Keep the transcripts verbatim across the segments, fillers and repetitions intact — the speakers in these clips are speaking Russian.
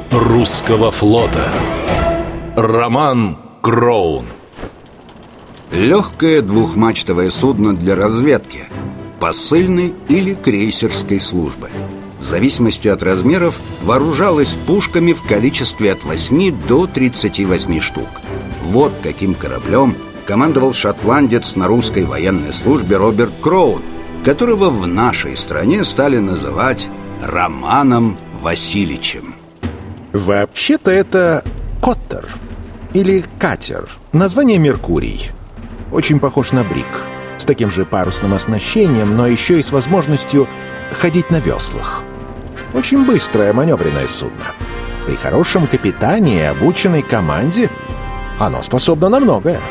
русского флота. Роман Кроун. Легкое двухмачтовое судно для разведки, посыльной или крейсерской службы. В зависимости от размеров вооружалось пушками в количестве от восьми до тридцати восьми штук. Вот каким кораблем командовал шотландец на русской военной службе Роберт Кроун, которого в нашей стране стали называть Романом Васильичем. Вообще-то это коттер или катер. Название «Меркурий». Очень похож на брик. С таким же парусным оснащением, но еще и с возможностью ходить на веслах. Очень быстрое маневренное судно. При хорошем капитане и обученной команде оно способно на многое.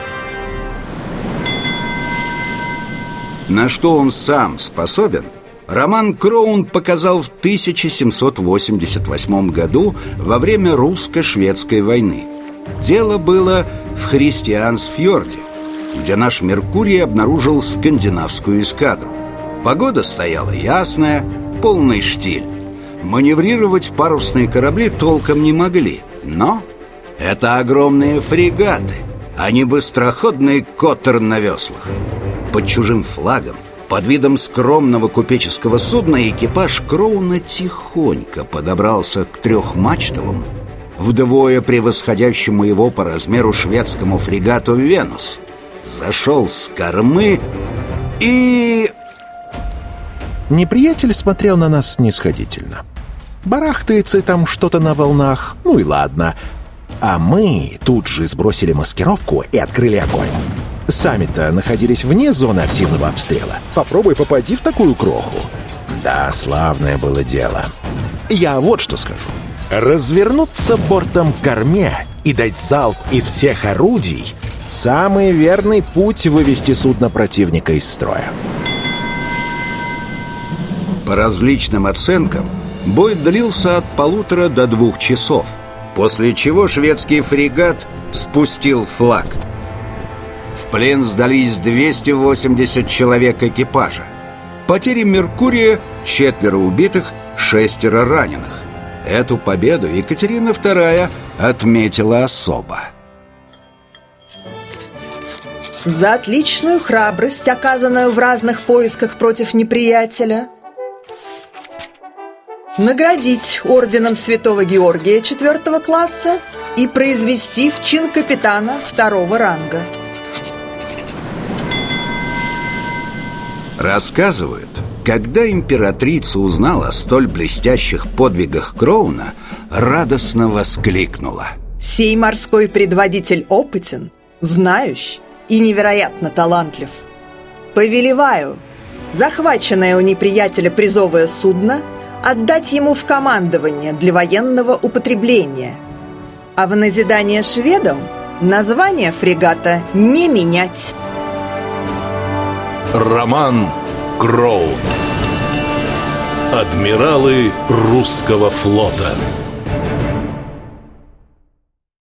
На что он сам способен, Роман Кроун показал в тысяча семьсот восемьдесят восьмом году во время русско-шведской войны. Дело было в Христиансфьорде, где наш Меркурий обнаружил скандинавскую эскадру. Погода стояла ясная, полный штиль. Маневрировать парусные корабли толком не могли, но это огромные фрегаты, а не быстроходный коттер на веслах. Под чужим флагом, под видом скромного купеческого судна, экипаж Кроуна тихонько подобрался к трехмачтовому, вдвое превосходящему его по размеру шведскому фрегату «Венус», зашел с кормы и... Неприятель смотрел на нас снисходительно. Барахтается там что-то на волнах, ну и ладно. А мы тут же сбросили маскировку и открыли огонь. Сами-то находились вне зоны активного обстрела. Попробуй попади в такую кроху. Да, славное было дело. Я вот что скажу. Развернуться бортом к корме и дать залп из всех орудий — самый верный путь вывести судно противника из строя. По различным оценкам, бой длился от полутора до двух часов, после чего шведский фрегат спустил флаг. В плен сдались двести восемьдесят человек экипажа. Потери Меркурия — четверо убитых, шестеро раненых. Эту победу Екатерина вторая отметила особо. За отличную храбрость, оказанную в разных поисках против неприятеля, наградить орденом Святого Георгия четвертого класса и произвести в чин капитана второго ранга. Рассказывают, когда императрица узнала о столь блестящих подвигах Кроуна, радостно воскликнула: «Сей морской предводитель опытен, знающий и невероятно талантлив. Повелеваю захваченное у неприятеля призовое судно отдать ему в командование для военного употребления, а в назидание шведам название фрегата не менять». Роман Кроун. Адмиралы русского флота.